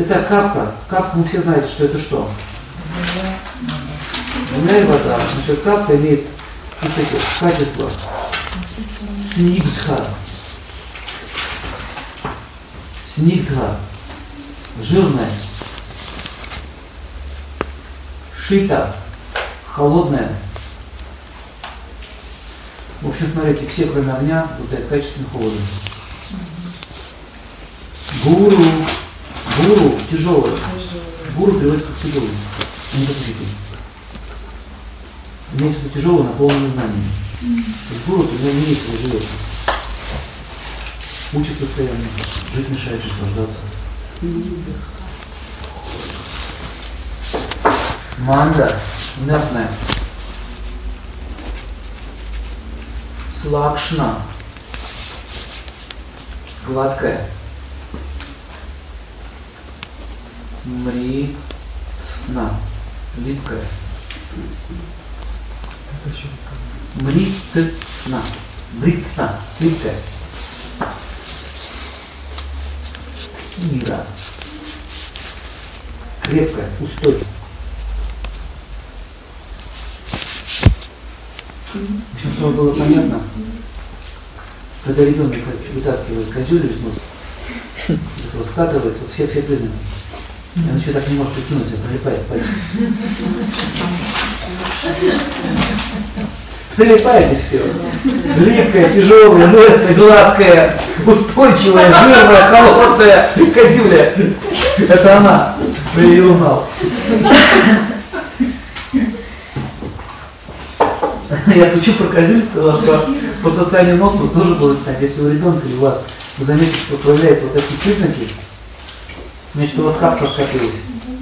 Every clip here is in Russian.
Это капка. Капка, вы все знаете, что это что? Земля и вода. Значит, капка имеет качество снигдха. Снигдха. Жирная. Шита. Холодная. В общем, смотрите, все кроме огня, вот это качественно холодно. Гуру. Гуру тяжелая. Гуру переводится как тяжелый. Не послушайте. Имеется в виду тяжелый, наполненный знанием. Гуру то не весело живет. Учит постоянно. Жить мешает, наслаждаться. Манда. Инертная. Слакшна. Гладкая. Мритсна. Липкая. Мритсна. Мритсна. Липкая. Стхира. Крепкая, устойчивая. В общем, чтобы было понятно, когда ребенок вытаскивает козюлю из носа, скатывается, вот все признаки. И он еще так не может прикинуть, прилипает пальцы. Прилипает и все. Липкая, тяжелая, мягкая, гладкая, устойчивая, жирная, холодная козюля. Это она. Я ее узнал. Я почему про козюль сказал, что по состоянию носа вы тоже будете знать, если у ребенка или у вас вы заметите, что появляются вот такие признаки, значит, у вас капка скопилась.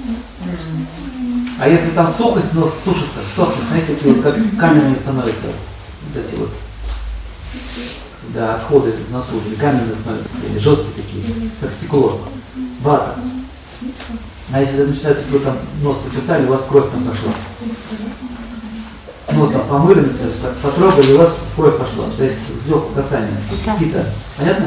А если там сухость, нос сушится, сохнет, знаете, такие вот, как каменные становятся, вот эти вот, да, отходы в носу, или каменные становятся, или жесткие такие, как стекло, вата. А если начинает, вы там нос почесали, у вас кровь там пошла. Нос там помыли, потрогали, у вас кровь пошла. То есть вдох касание. Какие-то. Понятно?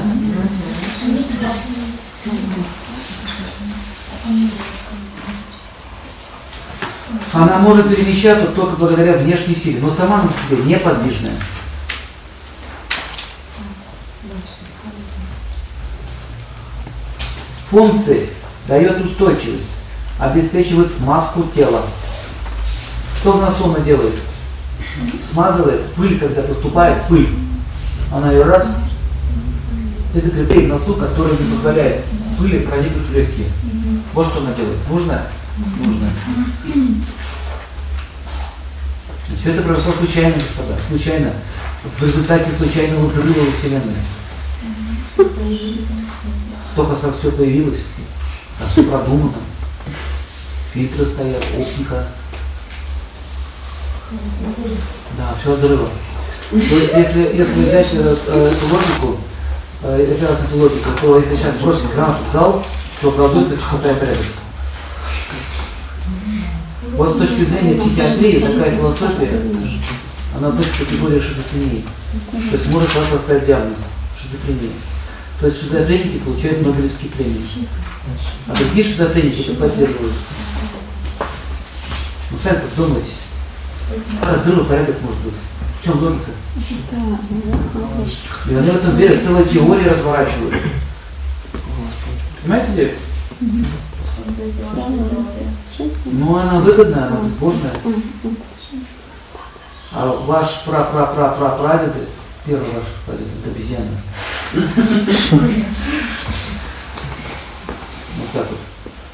Она может перемещаться только благодаря внешней силе, но сама на себе неподвижная. Функции дает устойчивость, обеспечивает смазку тела. Что в носу она делает? Смазывает пыль, когда поступает пыль. Она ее раз и закрепляет в носу, который не позволяет пыли проникнуть в легкие. Вот что она делает. Нужно? Нужно. Все это произошло случайно, господа. Случайно. В результате случайного взрыва во Вселенной. Столько сразу все появилось. Там все продумано. Фильтры стоят, оптика. Да, все от взрыва. То есть, если взять эту логику, эту логику, то если сейчас бросить гранату в зал, то образуется частота и порядок. Вот с точки зрения психиатрии такая философия, она относится к категории шизофрении. То есть может сразу поставить диагноз шизофрения. То есть шизофреники получают Нобелевские премии. А другие шизофреники это поддерживают. Ну сами-то вдумайтесь. Как взрыв порядок может быть? В чем логика? И они в этом верят, целые теории разворачивают. Понимаете, где? Ну, она выгодная, она безбожная. А ваш прадеды, первый ваш прадед, это обезьяна. Вот так вот.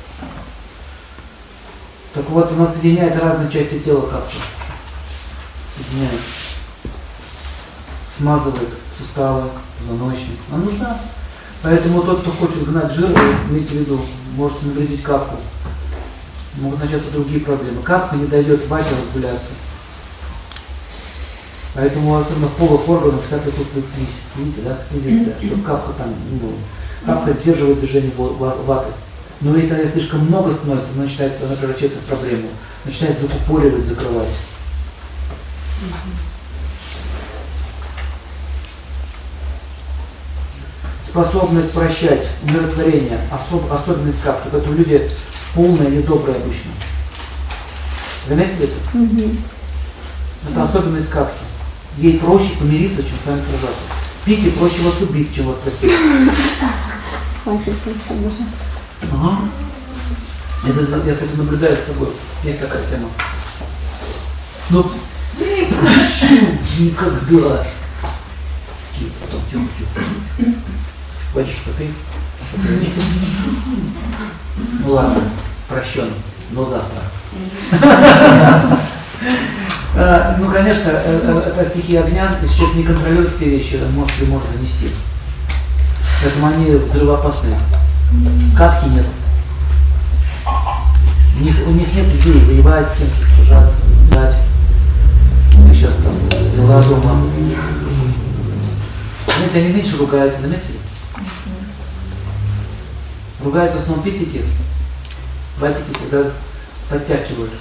Так вот, она соединяет разные части тела как-то. Соединяет. Смазывает суставы, позвоночник. Она нужна. Поэтому тот, кто хочет гнать жир, имейте в виду, можете навредить капку. Могут начаться другие проблемы. Капка не дает вате разгуляться. Поэтому особенно в полых органах вся присутствует слизь. Видите, да? Слизистая. Чтобы капка там, капка сдерживает движение ваты. Но если она слишком много становится, она превращается в проблему. Начинает закупоривать, закрывать. способность прощать, умиротворение, особенность капки. Поэтому люди полные и добрые обычно. Заметили это? Это особенность капки. Ей проще помириться, чем с вами сражаться. Пите проще вас убить, чем вас простить. Ага. Я, кстати, наблюдаю с собой. Есть такая тема. Но не прощу никогда. Потом тихо. Водичку попей. Ну ладно, прощен, но завтра. Ну, конечно, это стихия огня, если человек не контролирует эти вещи, он может занести. Поэтому они взрывоопасные. Капхи нет. У них нет идей воевать с кем-то, сражаться, дать. У них сейчас там дела дома. Знаете, они меньше ругаются, заметили? Ругаются в основном питики. Батики всегда подтягивают.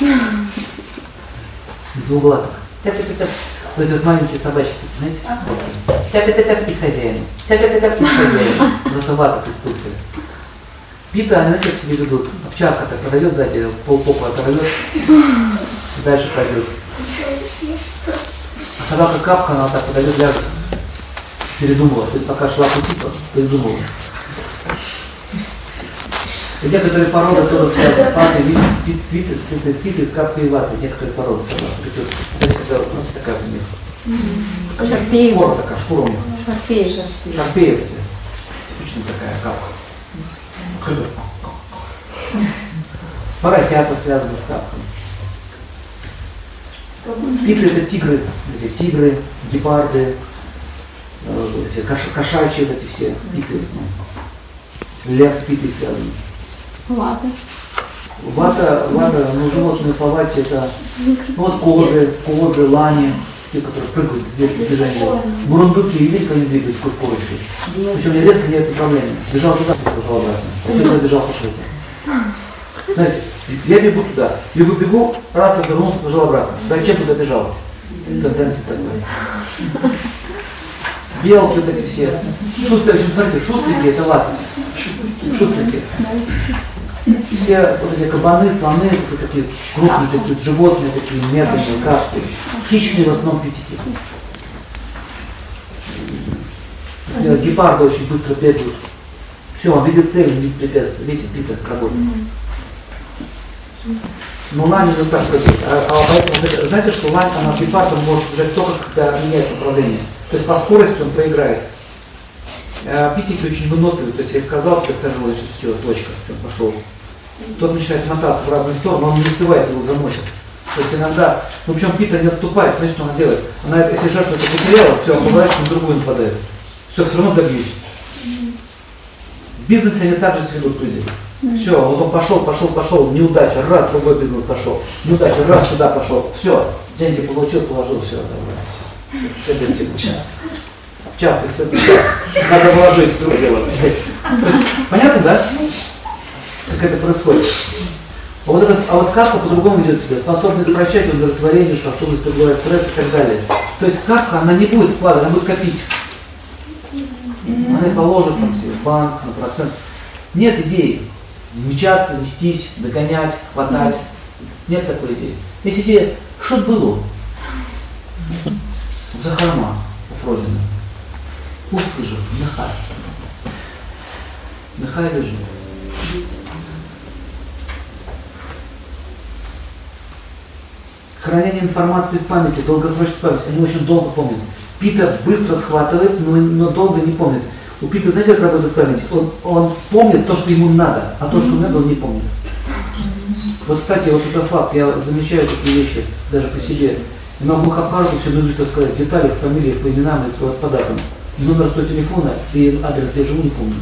Из угла так. Тяп-тяп-тяп. Вот эти вот маленькие собачки, знаете? Тяп-тяп-тяп и хозяин. Тяп-тяп-тяп и хозяин. Это ваток из Турции. Пита, они знаете, как себе ведут. Овчарка так подойдет сзади, полпопа оторвет, дальше пойдет. А собака капка, она так подойдет, ляжет. Передумала. То есть пока шла по типу, передумала. И некоторые породы тоже связаны с ватой, спиты с капкой и ватой. Некоторые породы собак. Знаете, когда носит такая у них. Шарпеева. Шкура такая, шкура у них. Шарпеева. Типичная такая капка. Поросята связаны с капками. Питы это тигры, гепарды, кошачьи вот эти все питы в основном. Лев с питой связаны. Вата, ну животные по вате это, ну вот козы, лани, те, которые прыгают в резком движении. Бурундуки, видите, как они двигаются курочкой. Причем не резко, нет управления. Бежал туда, пошел обратно. Почему я бежал по швейце? Знаете, я бегу туда, бегу, раз я вернулся, побежал обратно. Зачем туда бежал? Тенденция такая. Белки вот эти все. Шустрики, смотрите, шустрики это латекс. Шустрики. Все вот эти кабаны, слоны, это такие крупные такие животные, такие медленные, кашки. Хищные в основном питики. Гепарды очень быстро бегают. Все, он видит цель, видит препятствия. Видите, пита как работает. Но лань не так прыгает. Поэтому, знаете, что лань, она с гепардом может бежать только, когда меняется направление. То есть по скорости он проиграет. Питики очень выносливые, то есть я сказал, ты сажал, значит, все, точка, все, пошел. Тот начинает мотаться в разные стороны, но он не успевает, его заносит. То есть иногда, ну причем пита не отступает, знаете, что она делает? Она, если жертва это потеряла, все, бывает, что на другую нападает. Все, все равно добьюсь. В бизнесе они также сведут люди. Все, вот он пошел, неудача, раз, другой бизнес пошел, неудача, раз, сюда пошел, все, деньги получил, положил, все, давай, все достигнут. В частности, надо вложить в другое дело. Понятно, да? Как это происходит? А вот капка по-другому ведет себя. Способность прощать, удовлетворение, способность преодолевать стресс и так далее. То есть капка, она не будет вкладывать, она будет копить. Она и положит там себе в банк на процент. Нет идеи мчаться, нестись, догонять, хватать. Нет такой идеи. Есть идея, что было? Захарма у Фройдена. Пусть лежит, нехай лежит. Хранение информации в памяти, долгосрочной памяти, они очень долго помнят. Пита быстро схватывает, но долго не помнит. У Пита, знаете, как работает память? Он помнит то, что ему надо, а то, что надо, он не помнит. Вот, кстати, вот это факт, я замечаю такие вещи даже по себе. Я могу Махабхарату все наизусть рассказать, детали, фамилии, по именам и по датам. Номер своего телефона и адрес, где я живу, не помню.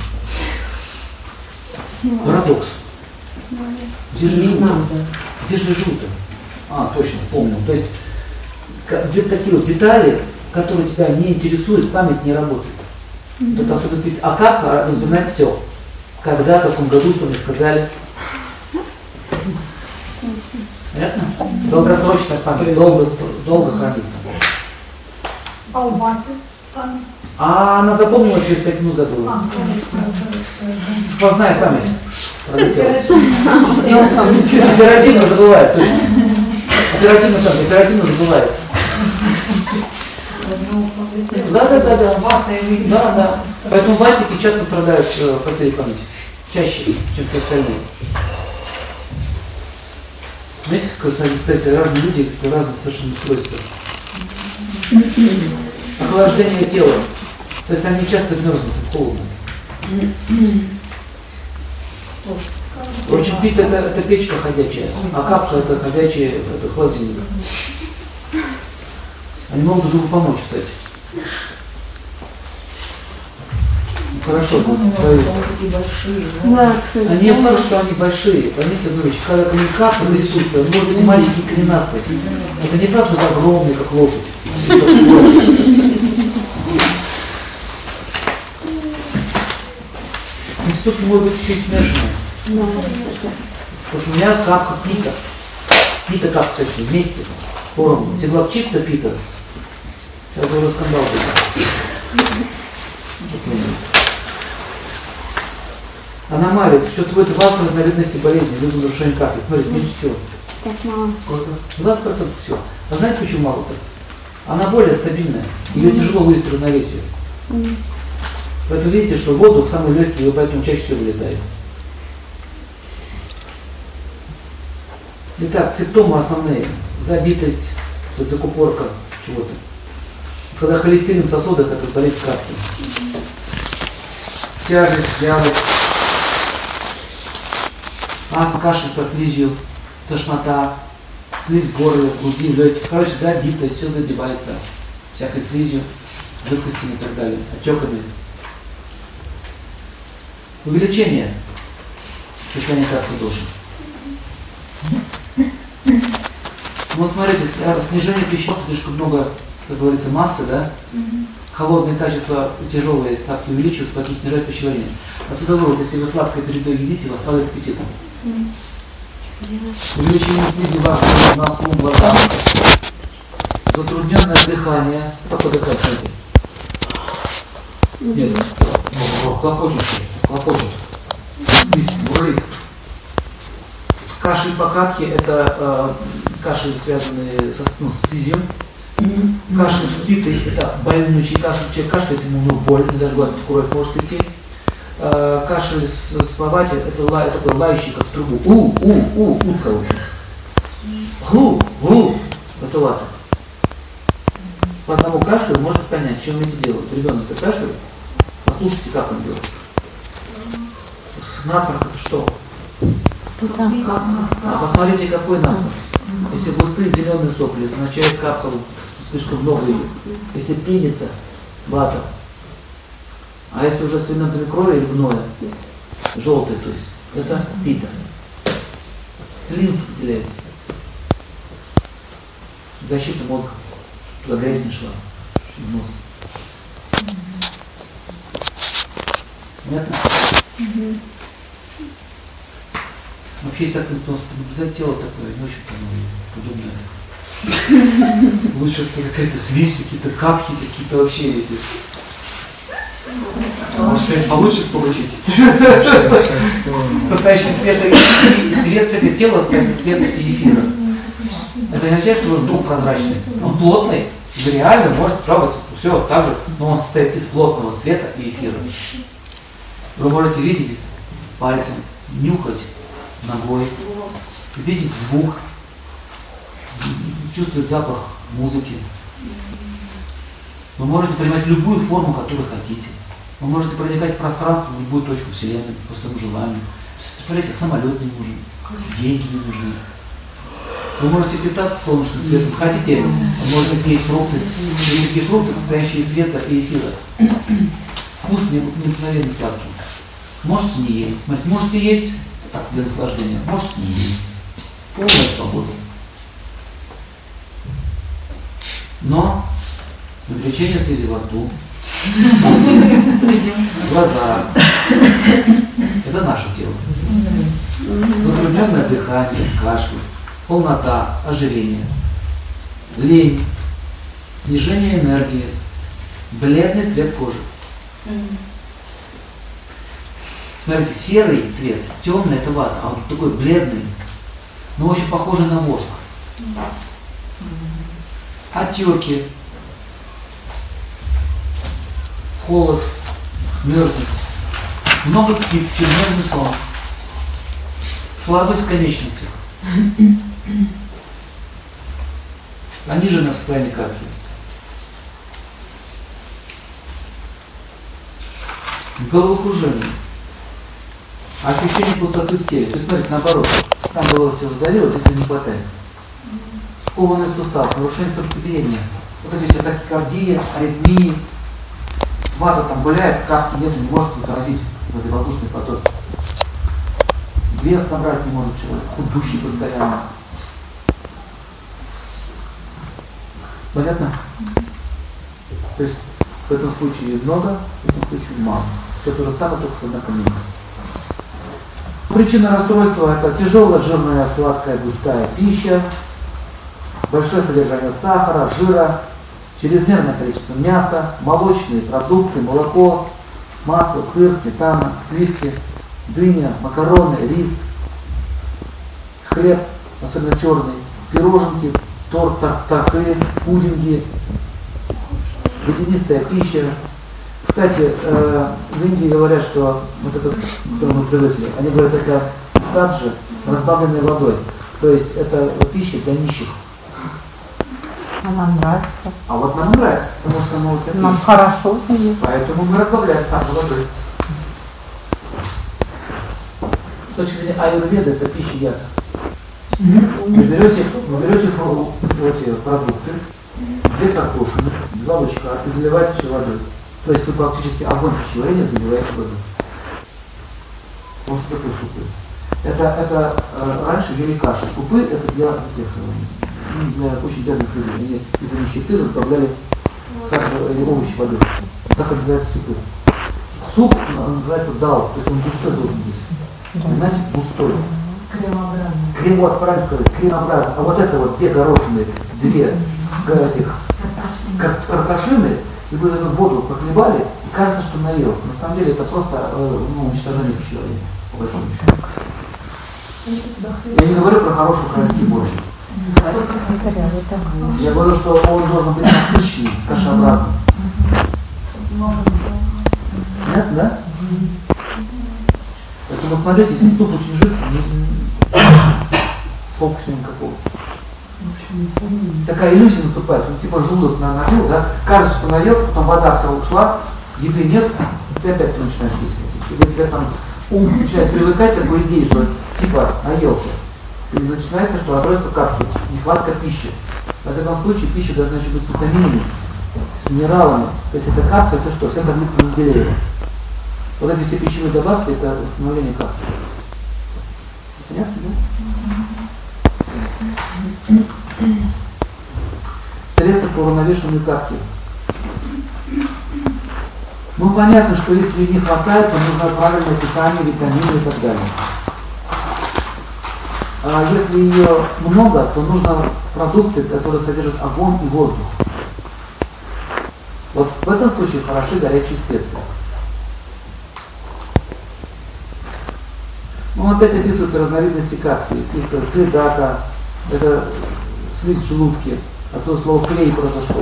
Парадокс. Где же я живу? Где же я живу-то? А, точно, вспомнил. То есть, где-то такие вот детали, которые тебя не интересуют, память не работает. Это особенность. А как вспоминать все? Когда, в каком году, что мне сказали? Понятно? Долгосрочная память, долго хранится. А у Ваты? А она запомнила, через 5 минут забыла. Сквозная память пролетела. Оперативно забывает, точно. Оперативно забывает. Да. Поэтому ватики часто страдают потерей памяти. Чаще, чем все остальные. Знаете, как кстати, разные люди, разные совершенно свойства. Охлаждение тела. То есть они часто мерзнут, холодно. В общем, пит это печка ходячая, а капка это ходячий это холодильник. Они могут друг другу помочь, кстати. Хорошо, да, кстати. а не факт, что они большие. Поймите одну вещь, когда они капли рисуются, может быть маленькие коренастые. Это не факт, что это огромные, как лошадь. Институция может быть еще и смешанная. Потому что у меня капка пита. Пита капка, точнее, вместе. Поровну. Если была бы чисто пита, сейчас уже скандал был. Аномалия, существует 20 разновидностей болезней, вызванных нарушением капли. Смотрите, меньше всего. Так мало. Сколько? 20% всего. А знаете, почему мало-то? Она более стабильная. Ее тяжело вывести в равновесие. Поэтому видите, что воздух самый легкий, и поэтому чаще всего вылетает. Итак, симптомы основные. Забитость, то есть закупорка чего-то. Когда холестерин в сосудах, это болезнь капли. Тяжесть, вялость. Астма, кашель со слизью, тошнота, слизь в горле, в груди, в легких. Короче, забитость, все забивается всякой слизью, жидкостями и так далее, отеками. Увеличение состояния капли души. Ну, смотрите, снижение пищевых, слишком много, как говорится, массы, да? Холодные качества, тяжелые капли увеличиваются, поэтому снижает пищеварение. Отсюда вывод, если вы сладкое перед едите, у вас падает аппетитом. Увеличение слизи вашего носу, глаза, затрудненное дыхание. Как подыхать, знаете? Нет, хлопочут. Рык. Кашель по капке – это кашель, связанный со слизью. Кашель спитый – это больнючий кашель. Человек кашляет, ему боль, даже бывает, кровь может идти. Кашель с повати – это такой лающий, как в трубу. Утка, в общем. Это лата. По одному кашлю вы можете понять, чем эти делают. Ребенок кашляет, послушайте, как он делает. Насморк – это что? Посмотрите, какой насморк. Если густые зеленые сопли, означает капка слишком много ее. Если пенится, вата. А если уже с элементами крови или гноя, желтый, то есть, это пита. Лимф выделяется. Защита мозга, чтобы туда грязь не шла в нос. Понятно? Вообще, если так наблюдать тело такое, не очень удобное. Лучше какая-то слизь, какие-то капки, какие-то вообще эти. Может, что-нибудь получше получить? Состоящий света и свет, кстати, тело состоит из света и эфира. Это не означает, что он вдруг прозрачный. Он плотный, вы реально можете пробовать все так же, но он состоит из плотного света и эфира. Вы можете видеть пальцем, нюхать ногой, видеть звук, чувствовать запах музыки. Вы можете принимать любую форму, которую хотите. Вы можете проникать в пространство, в любую точку Вселенной, по своему желанию. Представляете, самолет не нужен, деньги не нужны. Вы можете питаться солнечным светом. Хотите, вы можете съесть фрукты. И такие фрукты, настоящие из света и эфира. Вкусные, необыкновенно сладкие. Можете не есть. Можете есть так, для наслаждения. Можете не есть. Полная свобода. Но увеличение слизи во рту, глаза. Это наше тело. Затрудненное дыхание, кашель, полнота, ожирение, лень, снижение энергии, бледный цвет кожи. Смотрите, серый цвет, темный это вата, а вот такой бледный, но очень похожий на воск. Отеки, холод, мерзнет, много спит, чрезмерный сон, слабость в конечностях. Они же на состоянии капки. Головокружение. Ощущение пустоты в теле. То есть, смотрите, наоборот, там было все сдавило, здесь не хватает. Скованный сустав, нарушение сердцебиения. Вот эти все тахикардии, аритмии. Вата там гуляет, капки нету, не может заразить в этой воздушной потоке. Вес набрать не может человек, худущий постоянно. Понятно? То есть в этом случае много, в этом случае мало. Все то же самое, только с однокомненным. Причина расстройства – это тяжелая, жирная, сладкая, густая пища, большое содержание сахара, жира, чрезмерное количество мяса, молочные продукты, молоко, масло, сыр, сметана, сливки, дыня, макароны, рис, хлеб, особенно черный, пироженки, торты, пудинги, водянистая пища. Кстати, в Индии говорят, что вот это, что мы привыкли, они говорят, это саджи, разбавленной водой. То есть это пища для нищих. А нам нравится. А вот нам нравится, потому что мы вот нам хорошо с ними. Поэтому мы разбавляем саджи водой. С точки зрения аюрведы это пища яд. Вы берете эти продукты, 2 картошины, 2 лучка и заливаете все водой. То есть вы практически огонь пищеварения заливаете водой. Вот что такое супы. Это раньше ели каши. Супы это для очень бедных людей. Они из-за нищеты разбавляли сахар или овощи водой. Так называется супы. Суп называется дал, то есть он густой должен быть. Понимаете, густой. Кремообразный. Вот, правильно сказать, кремообразный. А вот это вот 2 горошины, 2 этих картошины, и вы эту воду похлебали, и кажется, что наелся. На самом деле это просто уничтожение пищеварения, по большому счету. Я не говорю про хороший украинский борщ. Я говорю, что он должен быть насыщенный, кашеобразный. Нет, да? Поэтому смотрите, если суп очень жидкий, фокуса никакого. Такая иллюзия наступает, он типа желудок нажил, да? Кажется, что наелся, потом вода вся ушла, еды нет, ты опять начинаешь есть. И вот тебя там ум начинает привыкать к такой идее, что типа наелся. И начинается, что расстройство капки, нехватка пищи. Во всяком случае, пища должна еще быть с витаминами, с минералами. То есть это капка, это что? Вся таблица Менделеева. Вот эти все пищевые добавки, это восстановление капки. Понятно, да? Средства по уравновешиванию капки. Ну, понятно, что если не хватает, то нужно правильное питание, витамины и так далее. А если ее много, то нужно продукты, которые содержат огонь и воздух. Вот в этом случае хороши горячие специи. Ну, опять описываются разновидности капки. Это кледака, это слизь в желудке, отсюда слово клей произошел.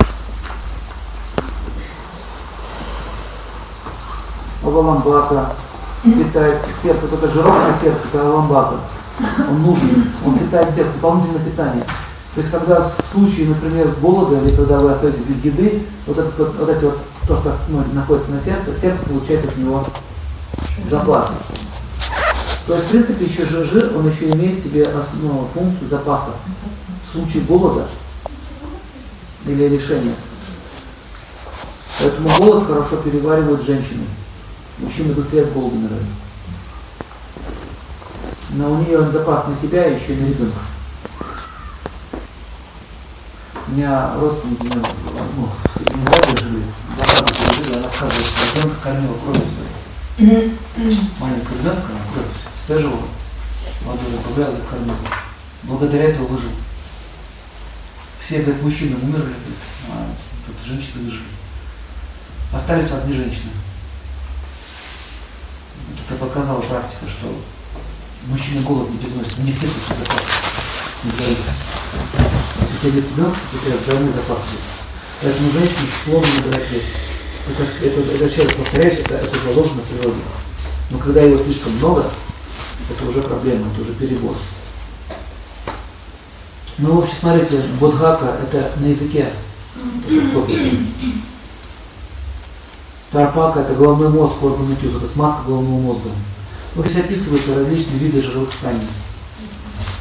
Аваламбака питает сердце, вот это жирок на сердце, это аваламбака. Он нужен, он питает сердце, дополнительное питание. То есть, когда в случае, например, голода, или когда вы остаетесь без еды, вот то, что находится на сердце, сердце получает от него запасы. То есть, в принципе, еще жир, он еще имеет в себе основную функцию запаса в случае голода или лишения. Поэтому голод хорошо переваривают женщины. Мужчины быстрее от голода умирают. Но у нее запас на себя и еще и на ребенка. У меня родственники, в Ленинграде жили, она отказывается, ребенка кормила кровью своей. Маленького ребенка, она кровь сцеживала, водой добавляла и кормила. Благодаря этому выжил. Все, говорят, мужчины умерли, а тут женщины выжили. остались одни женщины. Вот это показала практика, что мужчины голод не переносят, у них нет таких запасов. Не двоих. Если у тебя нет ребенка, то у тебя двойной запас будет. Поэтому женщине сложно набирать вес. Это еще раз повторяюсь, это заложено в природе. Но когда его слишком много, это уже проблема, это уже перебор. Ну, в общем, смотрите, бодхака — это на языке. Тарпака — это головной мозг, органы чувств, это смазка головного мозга. Вот здесь описываются различные виды жировых тканей.